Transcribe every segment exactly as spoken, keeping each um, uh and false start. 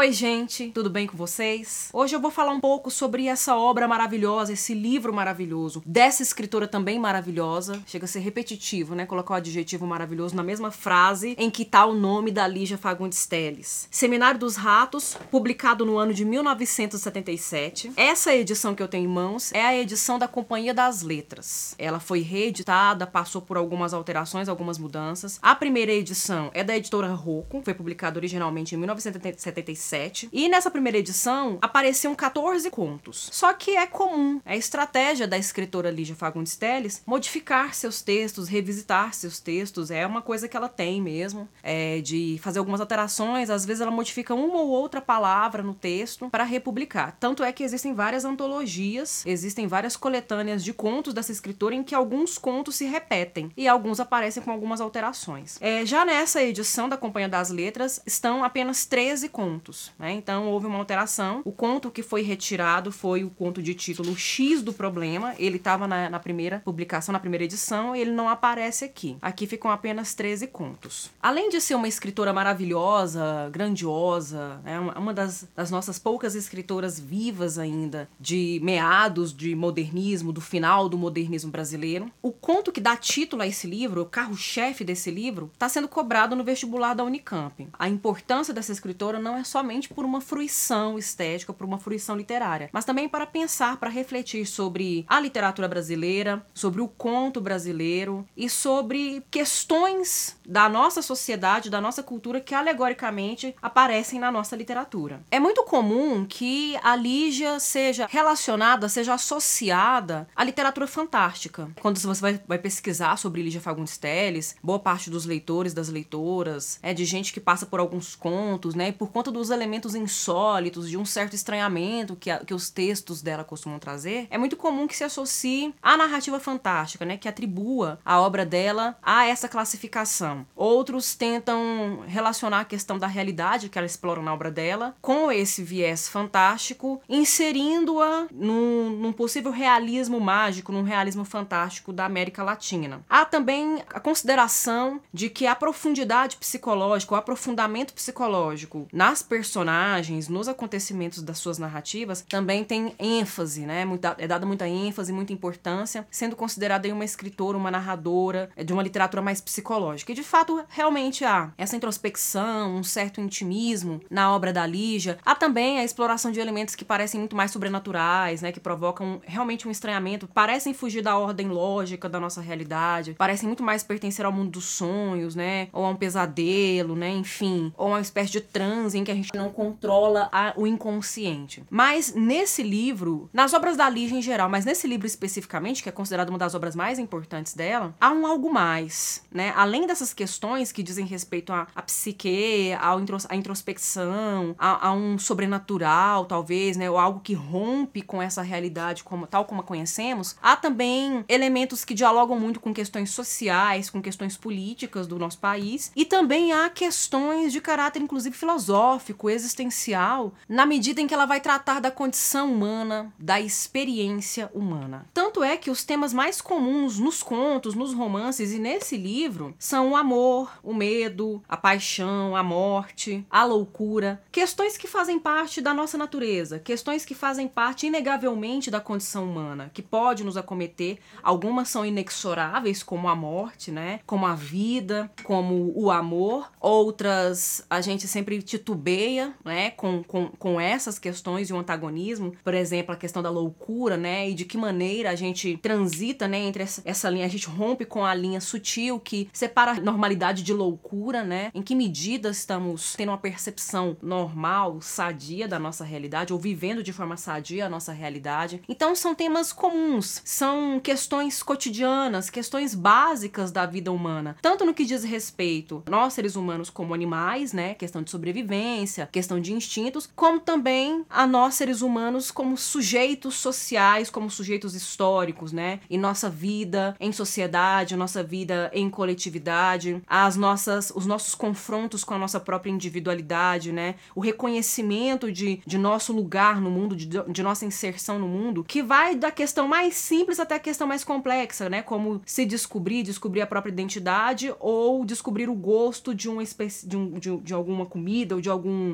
Oi gente, tudo bem com vocês? Hoje eu vou falar um pouco sobre essa obra maravilhosa, esse livro maravilhoso, dessa escritora também maravilhosa. Chega a ser repetitivo, né? Colocar o adjetivo maravilhoso na mesma frase em que tá o nome da Lígia Fagundes Telles. Seminário dos Ratos, publicado no ano de mil novecentos e setenta e sete. Essa edição que eu tenho em mãos é a edição da Companhia das Letras. Ela foi reeditada, passou por algumas alterações, algumas mudanças. A primeira edição é da editora Rocco, foi publicada originalmente em mil novecentos e setenta e sete. E nessa primeira edição apareciam quatorze contos. Só que é comum, é a estratégia da escritora Lígia Fagundes Telles modificar seus textos, revisitar seus textos. É uma coisa que ela tem mesmo, é de fazer algumas alterações. Às vezes ela modifica uma ou outra palavra no texto para republicar. Tanto é que existem várias antologias, existem várias coletâneas de contos dessa escritora em que alguns contos se repetem e alguns aparecem com algumas alterações. É, já nessa edição da Companhia das Letras estão apenas treze contos. Né? Então houve uma alteração. O conto que foi retirado foi o conto de título X do Problema. Ele estava na, na primeira publicação, na primeira edição, e ele não aparece aqui. Aqui ficam apenas treze contos. Além de ser uma escritora maravilhosa, grandiosa, né? uma, uma das, das nossas poucas escritoras vivas ainda, de meados de modernismo, do final do modernismo brasileiro, o conto que dá título a esse livro, o carro-chefe desse livro, está sendo cobrado no vestibular da Unicamp. A importância dessa escritora não é somente por uma fruição estética, por uma fruição literária, mas também para pensar, para refletir sobre a literatura brasileira, sobre o conto brasileiro e sobre questões da nossa sociedade, da nossa cultura que alegoricamente aparecem na nossa literatura. É muito comum que a Lígia seja relacionada, seja associada à literatura fantástica. Quando você vai, vai pesquisar sobre Lígia Fagundes Telles, boa parte dos leitores, das leitoras, é de gente que passa por alguns contos, né, e por conta dos elementos insólitos, de um certo estranhamento que, a, que os textos dela costumam trazer, é muito comum que se associe à narrativa fantástica, né, que atribua a obra dela a essa classificação. Outros tentam relacionar a questão da realidade que ela explora na obra dela com esse viés fantástico, inserindo-a num, num possível realismo mágico, num realismo fantástico da América Latina. Há também a consideração de que a profundidade psicológica, o aprofundamento psicológico nas personagens, nos acontecimentos das suas narrativas, também tem ênfase, né? Muita, é dada muita ênfase, muita importância, sendo considerada aí uma escritora, uma narradora de uma literatura mais psicológica. E de fato, realmente há essa introspecção, um certo intimismo na obra da Lígia. Há também a exploração de elementos que parecem muito mais sobrenaturais, né? Que provocam realmente um estranhamento, parecem fugir da ordem lógica da nossa realidade, parecem muito mais pertencer ao mundo dos sonhos, né? Ou a um pesadelo, né? Enfim, ou uma espécie de transe em que a gente não controla a, o inconsciente. Mas nesse livro, nas obras da Lígia em geral, mas nesse livro especificamente, que é considerado uma das obras mais importantes dela, há um algo mais, né? Além dessas questões que dizem respeito à, à psique, à, intros, à introspecção, a, a um sobrenatural, talvez, né? Ou algo que rompe com essa realidade como, tal como a conhecemos, há também elementos que dialogam muito com questões sociais, com questões políticas do nosso país, e também há questões de caráter, inclusive, filosófico, existencial, na medida em que ela vai tratar da condição humana, da experiência humana. Tanto é que os temas mais comuns nos contos, nos romances e nesse livro são o amor, o medo, a paixão, a morte, a loucura, questões que fazem parte da nossa natureza, questões que fazem parte inegavelmente da condição humana, que pode nos acometer. Algumas são inexoráveis, como a morte, né? Como a vida, como o amor. Outras a gente sempre titubeia, né, com, com, com essas questões de um antagonismo, por exemplo, a questão da loucura, né, e de que maneira a gente transita, né, entre essa, essa linha, a gente rompe com a linha sutil que separa a normalidade de loucura, né, em que medida estamos tendo uma percepção normal, sadia da nossa realidade, ou vivendo de forma sadia a nossa realidade. Então são temas comuns, são questões cotidianas, questões básicas da vida humana, tanto no que diz respeito a nós seres humanos como animais, né, questão de sobrevivência, questão de instintos, como também a nós seres humanos como sujeitos sociais, como sujeitos históricos, né, em nossa vida em sociedade, nossa vida em coletividade, as nossas, os nossos confrontos com a nossa própria individualidade, né, o reconhecimento de, de nosso lugar no mundo, de, de nossa inserção no mundo, que vai da questão mais simples até a questão mais complexa, né, como se descobrir, descobrir a própria identidade ou descobrir o gosto de uma espécie de, um, de, de alguma comida ou de algum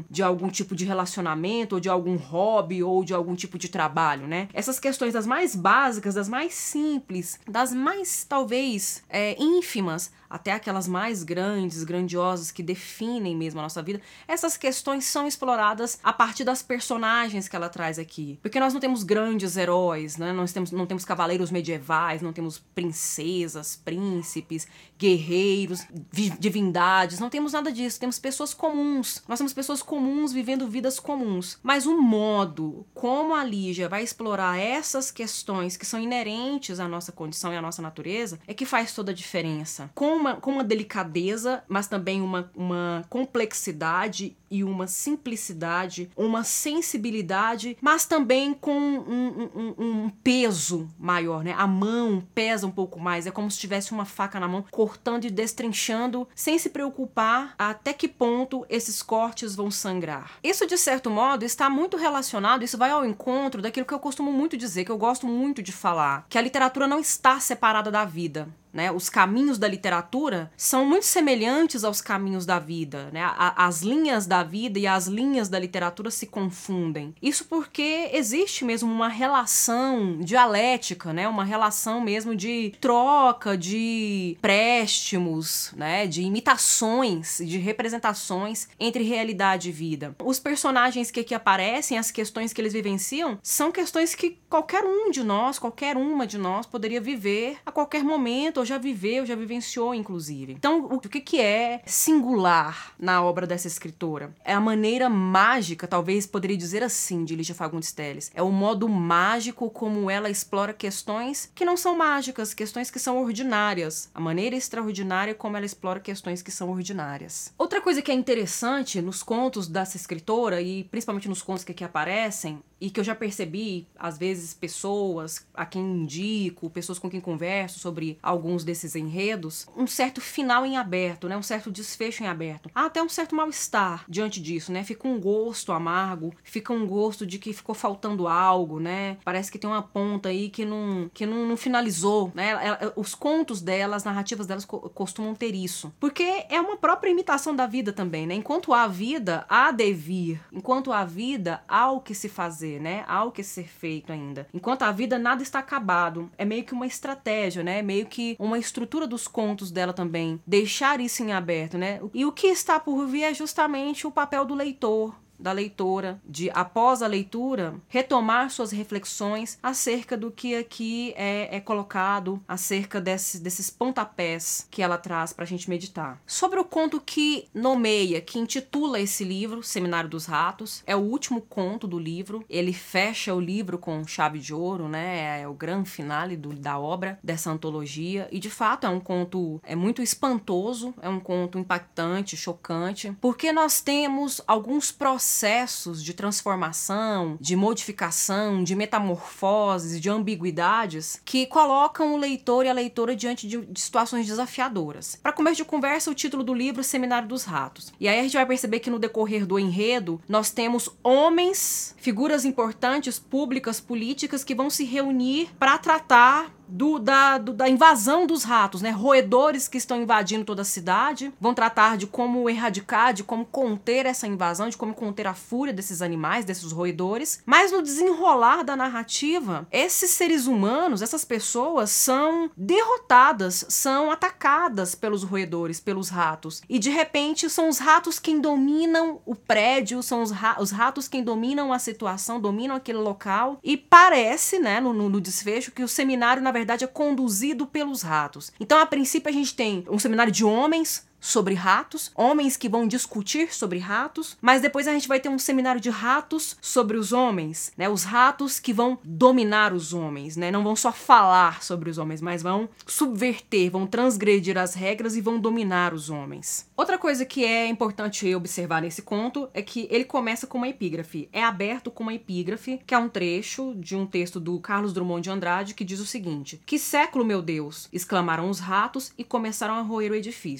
algum, de algum tipo de relacionamento, ou de algum hobby, ou de algum tipo de trabalho, né? Essas questões das mais básicas, das mais simples, das mais, talvez, é, ínfimas, até aquelas mais grandes, grandiosas, que definem mesmo a nossa vida, essas questões são exploradas a partir das personagens que ela traz aqui. Porque nós não temos grandes heróis, né? Nós temos, não temos cavaleiros medievais, não temos princesas, príncipes, guerreiros, divindades, não temos nada disso. Temos pessoas comuns. Nós temos pessoas comuns vivendo vidas comuns. Mas o modo como a Lígia vai explorar essas questões que são inerentes à nossa condição e à nossa natureza é que faz toda a diferença. Com uma, com uma delicadeza, mas também uma, uma complexidade e uma simplicidade, uma sensibilidade, mas também com um, um, um peso maior, né? A mão pesa um pouco mais, é como se tivesse uma faca na mão, cortando e destrinchando, sem se preocupar até que ponto esses cortes vão sangrar. Isso, de certo modo, está muito relacionado, isso vai ao encontro daquilo que eu costumo muito dizer, que eu gosto muito de falar, que a literatura não está separada da vida. Né? Os caminhos da literatura são muito semelhantes aos caminhos da vida, né? As linhas da vida e as linhas da literatura se confundem. Isso porque existe mesmo uma relação dialética, né? Uma relação mesmo de troca, de préstimos, né? De imitações, de representações entre realidade e vida. Os personagens que aqui aparecem, as questões que eles vivenciam, são questões que qualquer um de nós, qualquer uma de nós poderia viver a qualquer momento, ou já viveu, já vivenciou, inclusive. Então, o que que é singular na obra dessa escritora? É a maneira mágica, talvez poderia dizer assim, de Lígia Fagundes Telles. É o modo mágico como ela explora questões que não são mágicas, questões que são ordinárias. A maneira extraordinária como ela explora questões que são ordinárias. Outra coisa que é interessante nos contos dessa escritora, e principalmente nos contos que aqui aparecem, e que eu já percebi, às vezes, pessoas a quem indico, pessoas com quem converso sobre alguns desses enredos, um certo final em aberto, né? Um certo desfecho em aberto. Há até um certo mal-estar diante disso, né? Fica um gosto amargo, fica um gosto de que ficou faltando algo, né? Parece que tem uma ponta aí que não, que não, não finalizou, né? Os contos dela, as narrativas delas costumam ter isso. Porque é uma própria imitação da vida também, né? Enquanto há vida, há devir. Enquanto há vida, há o que se fazer, né? Há o que ser feito ainda. Enquanto há vida, nada está acabado. É meio que uma estratégia, né? É meio que uma estrutura dos contos dela também. Deixar isso em aberto, né? E o que está por vir é justamente o papel do leitor, da leitora, de, após a leitura, retomar suas reflexões acerca do que aqui é, é colocado, acerca desse, desses pontapés que ela traz pra gente meditar. Sobre o conto que nomeia, que intitula esse livro, Seminário dos Ratos, é o último conto do livro, ele fecha o livro com chave de ouro, né, é o grande finale do, da obra, dessa antologia, e de fato é um conto é muito espantoso, é um conto impactante, chocante, porque nós temos alguns processos processos de transformação, de modificação, de metamorfoses, de ambiguidades que colocam o leitor e a leitora diante de, de situações desafiadoras. Para começo de conversa, o título do livro, Seminário dos Ratos. E aí a gente vai perceber que no decorrer do enredo, nós temos homens, figuras importantes, públicas, políticas, que vão se reunir para tratar Do, da, do, da invasão dos ratos, né? Roedores que estão invadindo toda a cidade, vão tratar de como erradicar, de como conter essa invasão, de como conter a fúria desses animais, desses roedores. Mas no desenrolar da narrativa, esses seres humanos, essas pessoas são derrotadas, são atacadas pelos roedores, pelos ratos. E de repente são os ratos quem dominam o prédio, são os, ra os ratos quem dominam a situação, dominam aquele local. E parece, né, no, no, no desfecho, que o seminário, na verdade, verdade é conduzido pelos ratos. Então, a princípio, a gente tem um seminário de homens sobre ratos, homens que vão discutir sobre ratos, mas depois a gente vai ter um seminário de ratos sobre os homens, né? Os ratos que vão dominar os homens, né? Não vão só falar sobre os homens, mas vão subverter, vão transgredir as regras e vão dominar os homens. Outra coisa que é importante observar nesse conto é que ele começa com uma epígrafe. É aberto com uma epígrafe, que é um trecho de um texto do Carlos Drummond de Andrade, que diz o seguinte: "Que século, meu Deus!" exclamaram os ratos e começaram a roer o edifício. Epígrafe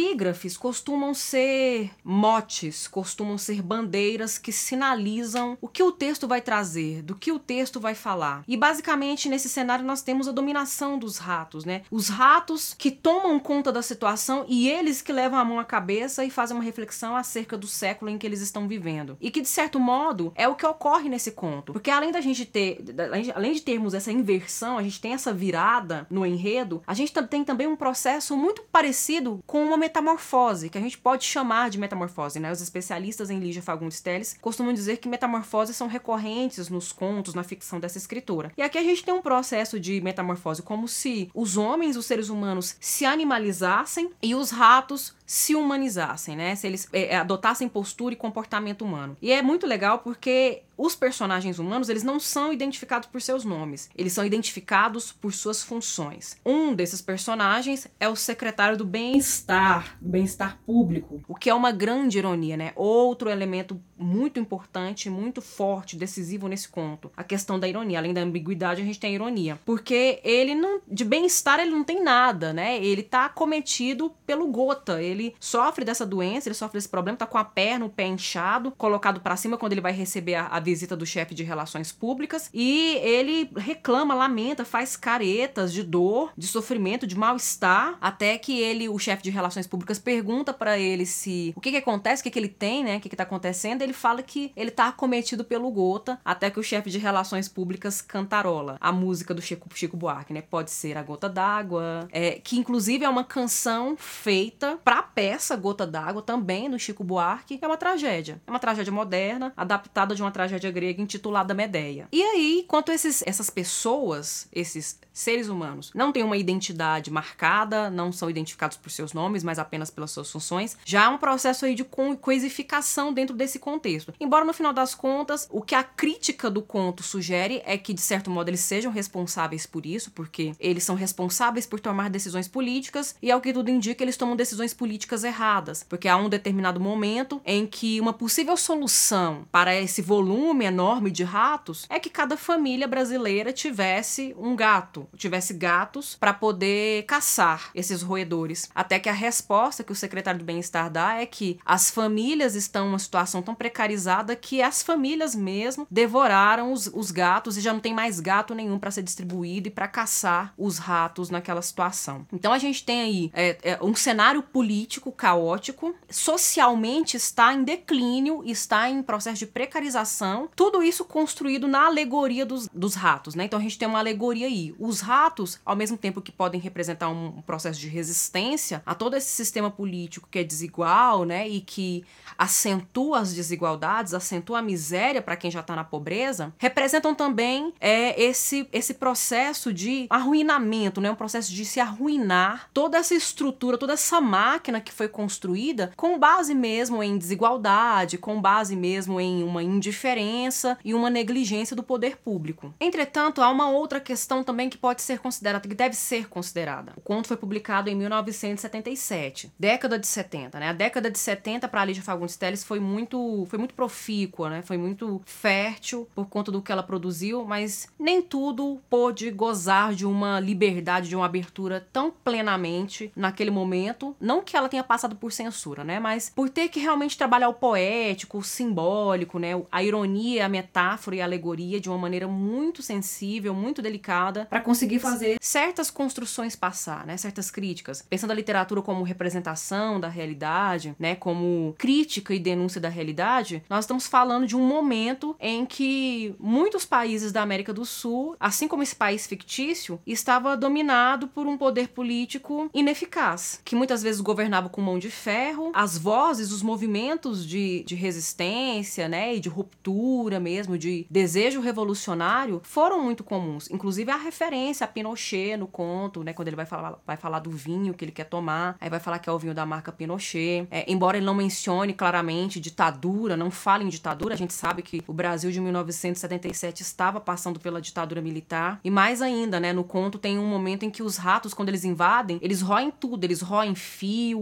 epígrafes costumam ser motes, costumam ser bandeiras que sinalizam o que o texto vai trazer, do que o texto vai falar. E basicamente nesse cenário nós temos a dominação dos ratos, né? Os ratos que tomam conta da situação e eles que levam a mão à cabeça e fazem uma reflexão acerca do século em que eles estão vivendo. E que, de certo modo, é o que ocorre nesse conto. Porque além da gente ter, além de termos essa inversão, a gente tem essa virada no enredo, a gente tem também um processo muito parecido com uma metamorfose, que a gente pode chamar de metamorfose, né? Os especialistas em Lígia Fagundes Telles costumam dizer que metamorfoses são recorrentes nos contos, na ficção dessa escritora. E aqui a gente tem um processo de metamorfose como se os homens, os seres humanos, se animalizassem e os ratos se humanizassem, né? Se eles é, adotassem postura e comportamento humano. E é muito legal porque os personagens humanos, eles não são identificados por seus nomes, eles são identificados por suas funções. Um desses personagens é o secretário do bem-estar, bem-estar público, o que é uma grande ironia, né? Outro elemento muito importante, muito forte, decisivo nesse conto. A questão da ironia, além da ambiguidade, a gente tem a ironia. Porque ele não, de bem-estar ele não tem nada, né? Ele tá acometido pelo gota, ele sofre dessa doença, ele sofre desse problema, tá com a perna, o pé inchado, colocado pra cima quando ele vai receber a, a visita do chefe de relações públicas, e ele reclama, lamenta, faz caretas de dor, de sofrimento, de mal-estar, até que ele, o chefe de relações públicas, pergunta pra ele se o que que acontece, o que que ele tem, né, o que que tá acontecendo. Ele fala que ele tá acometido pelo gota, até que o chefe de relações públicas cantarola a música do Chico, Chico Buarque, né, Pode Ser a Gota d'Água, é, que inclusive é uma canção feita pra peça Gota d'Água, também do Chico Buarque. É uma tragédia, é uma tragédia moderna, adaptada de uma tragédia grega intitulada Medeia. E aí, enquanto esses, essas pessoas, esses seres humanos, não têm uma identidade marcada, não são identificados por seus nomes, mas apenas pelas suas funções, já há um processo aí de co- coisificação dentro desse contexto. Embora, no final das contas, o que a crítica do conto sugere é que, de certo modo, eles sejam responsáveis por isso, porque eles são responsáveis por tomar decisões políticas, e ao que tudo indica, eles tomam decisões políticas erradas, porque há um determinado momento em que uma possível solução para esse volume enorme de ratos é que cada família brasileira tivesse um gato, tivesse gatos para poder caçar esses roedores. Até que a resposta que o secretário do bem-estar dá é que as famílias estão em uma situação tão precarizada que as famílias mesmo devoraram os, os gatos e já não tem mais gato nenhum para ser distribuído e para caçar os ratos naquela situação. Então a gente tem aí é, é, um cenário político caótico, socialmente está em declínio, está em processo de precarização, tudo isso construído na alegoria dos, dos ratos, né? Então a gente tem uma alegoria aí. Os ratos, ao mesmo tempo que podem representar um, um processo de resistência a todo esse sistema político que é desigual, né? E que acentua as desigualdades, acentua a miséria para quem já está na pobreza, representam também é, esse, esse processo de arruinamento, né? Um processo de se arruinar toda essa estrutura, toda essa máquina que foi construída com base mesmo em desigualdade, com base mesmo em uma indiferença e uma negligência do poder público. Entretanto, há uma outra questão também que pode ser considerada, que deve ser considerada. O conto foi publicado em mil novecentos e setenta e sete, década de setenta, né? A década de setenta para a Lígia Fagundes Telles foi muito, foi muito profícua, né? Foi muito fértil por conta do que ela produziu, mas nem tudo pôde gozar de uma liberdade, de uma abertura tão plenamente naquele momento. Não que ela tenha passado por censura, né? Mas por ter que realmente trabalhar o poético, o simbólico, né? A ironia, a metáfora e a alegoria de uma maneira muito sensível, muito delicada, para conseguir fazer certas construções passar, né? Certas críticas. Pensando a literatura como representação da realidade, né? Como crítica e denúncia da realidade, nós estamos falando de um momento em que muitos países da América do Sul, assim como esse país fictício, estava dominado por um poder político ineficaz, que muitas vezes governava com mão de ferro. As vozes, os movimentos de, de resistência, né, e de ruptura mesmo, de desejo revolucionário, foram muito comuns. Inclusive a referência a Pinochet no conto, né, quando ele vai falar, vai falar do vinho que ele quer tomar, aí vai falar que é o vinho da marca Pinochet. É, embora ele não mencione claramente ditadura, não fale em ditadura, a gente sabe que o Brasil de mil novecentos e setenta e sete estava passando pela ditadura militar. E mais ainda, né, no conto tem um momento em que os ratos, quando eles invadem, eles roem tudo, eles roem fio,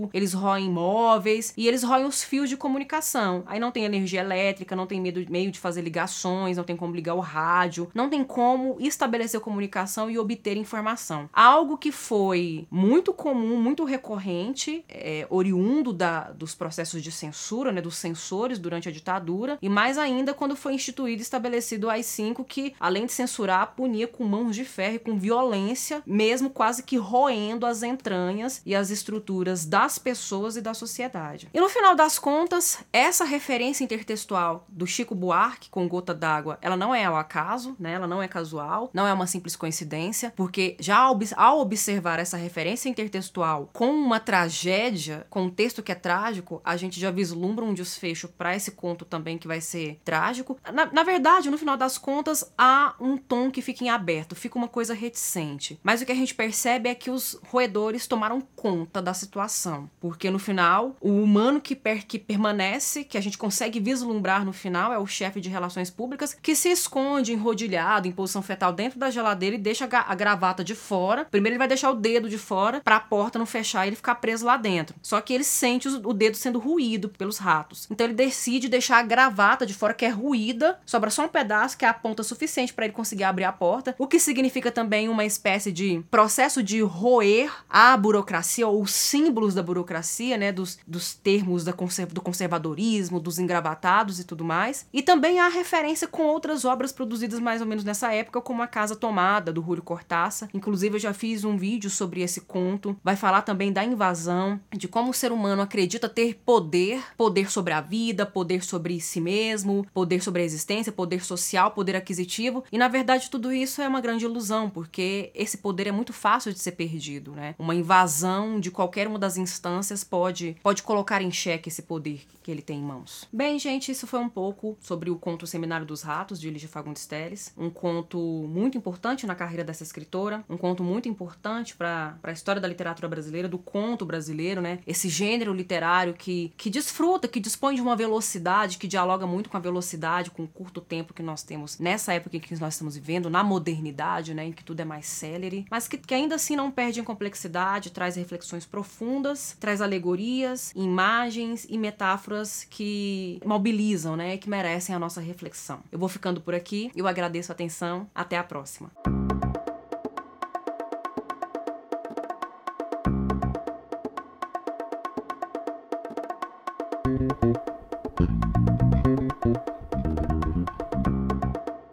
tudo, eles roem móveis e eles roem os fios de comunicação. Aí não tem energia elétrica, não tem medo, meio de fazer ligações, não tem como ligar o rádio, não tem como estabelecer comunicação e obter informação. Algo que foi muito comum, muito recorrente, é, oriundo da, dos processos de censura, né, dos censores durante a ditadura, e mais ainda quando foi instituído e estabelecido o A I cinco, que além de censurar, punia com mãos de ferro e com violência, mesmo quase que roendo as entranhas e as estruturas das pessoas e da sociedade. E no final das contas, essa referência intertextual do Chico Buarque com Gota d'Água, ela não é ao acaso, né? Ela não é casual, não é uma simples coincidência, porque já ao, ao observar essa referência intertextual com uma tragédia, com um texto que é trágico, a gente já vislumbra um desfecho para esse conto também que vai ser trágico. Na, na verdade, no final das contas, há um tom que fica em aberto, fica uma coisa reticente. Mas o que a gente percebe é que os roedores tomaram conta da situação, porque no final, o humano que, per, que permanece, que a gente consegue vislumbrar no final, é o chefe de relações públicas, que se esconde enrodilhado, em posição fetal dentro da geladeira e deixa a gravata de fora. Primeiro ele vai deixar o dedo de fora para a porta não fechar e ele ficar preso lá dentro. Só que ele sente o dedo sendo ruído pelos ratos. Então ele decide deixar a gravata de fora, que é ruída, sobra só um pedaço, que é a ponta suficiente para ele conseguir abrir a porta, o que significa também uma espécie de processo de roer a burocracia, ou os símbolos da burocracia, né, dos, dos termos da conserv- do conservadorismo, dos engravatados e tudo mais. E também há referência com outras obras produzidas mais ou menos nessa época, como A Casa Tomada, do Júlio Cortázar. Inclusive eu já fiz um vídeo sobre esse conto, vai falar também da invasão, de como o ser humano acredita ter poder, poder sobre a vida, poder sobre si mesmo, poder sobre a existência, poder social, poder aquisitivo, e na verdade tudo isso é uma grande ilusão, porque esse poder é muito fácil de ser perdido, né? Uma invasão de qualquer uma das instâncias pode, pode colocar em xeque esse poder que ele tem em mãos. Bem, gente, isso foi um pouco sobre o conto Seminário dos Ratos, de Lígia Fagundes Telles, um conto muito importante na carreira dessa escritora, um conto muito importante para a história da literatura brasileira, do conto brasileiro, né? Esse gênero literário que, que desfruta, que dispõe de uma velocidade, que dialoga muito com a velocidade, com o curto tempo que nós temos nessa época em que nós estamos vivendo, na modernidade, né? Em que tudo é mais célere, mas que, que ainda assim não perde em complexidade, traz reflexões profundas, traz alegorias, imagens e metáforas que mobilizam, né? Que merecem a nossa reflexão. Eu vou ficando por aqui, eu agradeço a atenção, até a próxima. Thank you.